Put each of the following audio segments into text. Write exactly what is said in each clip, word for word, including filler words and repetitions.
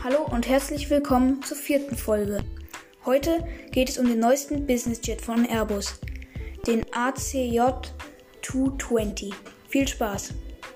Hallo und herzlich willkommen zur vierten Folge. Heute geht es um den neuesten Businessjet von Airbus, den A C J zweihundertzwanzig. Viel Spaß!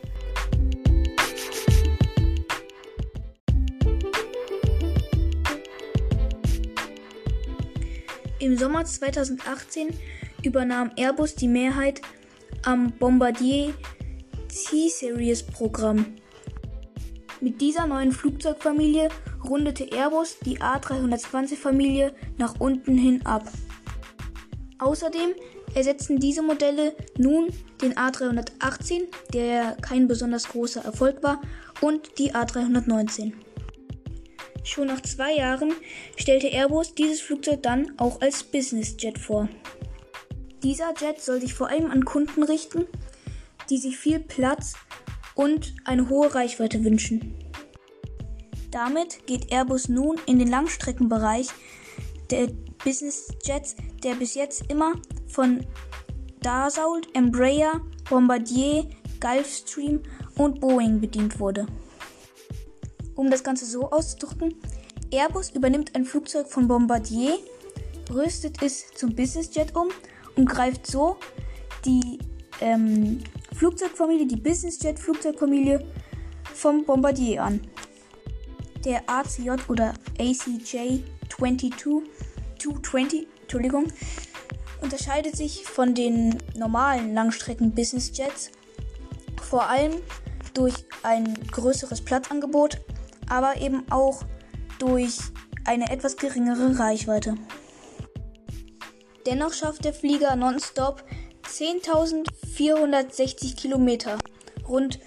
Im Sommer zweitausendachtzehn übernahm Airbus die Mehrheit am Bombardier C-Series-Programm. Mit dieser neuen Flugzeugfamilie rundete Airbus die A dreihundertzwanzig-Familie nach unten hin ab. Außerdem ersetzten diese Modelle nun den A dreihundertachtzehn, der kein besonders großer Erfolg war, und die A dreihundertneunzehn. Schon nach zwei Jahren stellte Airbus dieses Flugzeug dann auch als Businessjet vor. Dieser Jet soll sich vor allem an Kunden richten, die sich viel Platz und eine hohe Reichweite wünschen. Damit geht Airbus nun in den Langstreckenbereich der Businessjets, der bis jetzt immer von Dassault, Embraer, Bombardier, Gulfstream und Boeing bedient wurde. Um das Ganze so auszudrücken: Airbus übernimmt ein Flugzeug von Bombardier, rüstet es zum Businessjet um und greift so die ähm, Flugzeugfamilie, die Businessjet-Flugzeugfamilie vom Bombardier an. Der A C J oder A C J zweihundertzwanzig Entschuldigung, unterscheidet sich von den normalen Langstrecken-Businessjets vor allem durch ein größeres Platzangebot, aber eben auch durch eine etwas geringere Reichweite. Dennoch schafft der Flieger nonstop zehntausendvierhundertsechzig Kilometer, rund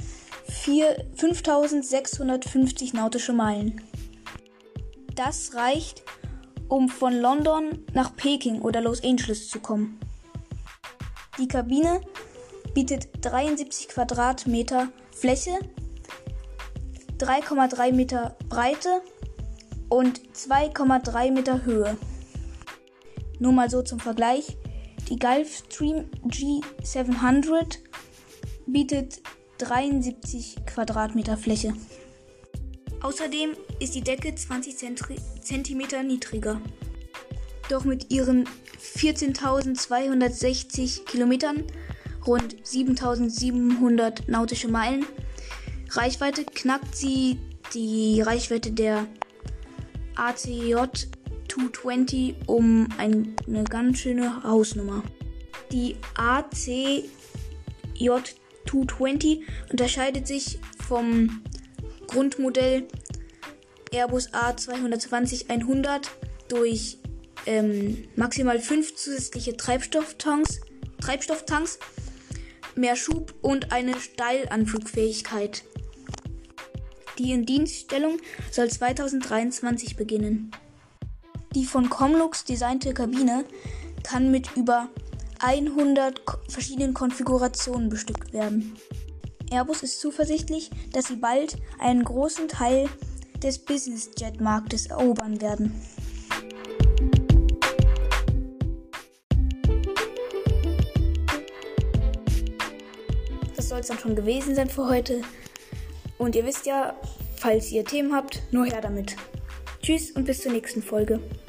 fünftausendsechshundertfünfzig nautische Meilen. Das reicht, um von London nach Peking oder Los Angeles zu kommen. Die Kabine bietet dreiundsiebzig Quadratmeter Fläche, drei Komma drei Meter Breite und zwei Komma drei Meter Höhe. Nur mal so zum Vergleich: Die Gulfstream G siebenhundert bietet dreiundsiebzig Quadratmeter Fläche. Außerdem ist die Decke zwanzig Zentimeter niedriger. Doch mit ihren vierzehntausendzweihundertsechzig Kilometern, rund siebentausendsiebenhundert nautische Meilen Reichweite, knackt sie die Reichweite der A C J zweihundertzwanzig um eine ganz schöne Hausnummer. Die A C J zweihundertzwanzig unterscheidet sich vom Grundmodell Airbus A zweihundertzwanzig hundert durch ähm, maximal fünf zusätzliche Treibstofftanks, Treibstofftanks, mehr Schub und eine Steilanflugfähigkeit. Die Indienststellung soll zweitausenddreiundzwanzig beginnen. Die von Comlux designte Kabine kann mit über hundert verschiedenen Konfigurationen bestückt werden. Airbus ist zuversichtlich, dass sie bald einen großen Teil des Business-Jet-Marktes erobern werden. Das soll es dann schon gewesen sein für heute. Und ihr wisst ja, falls ihr Themen habt, nur her damit. Tschüss und bis zur nächsten Folge.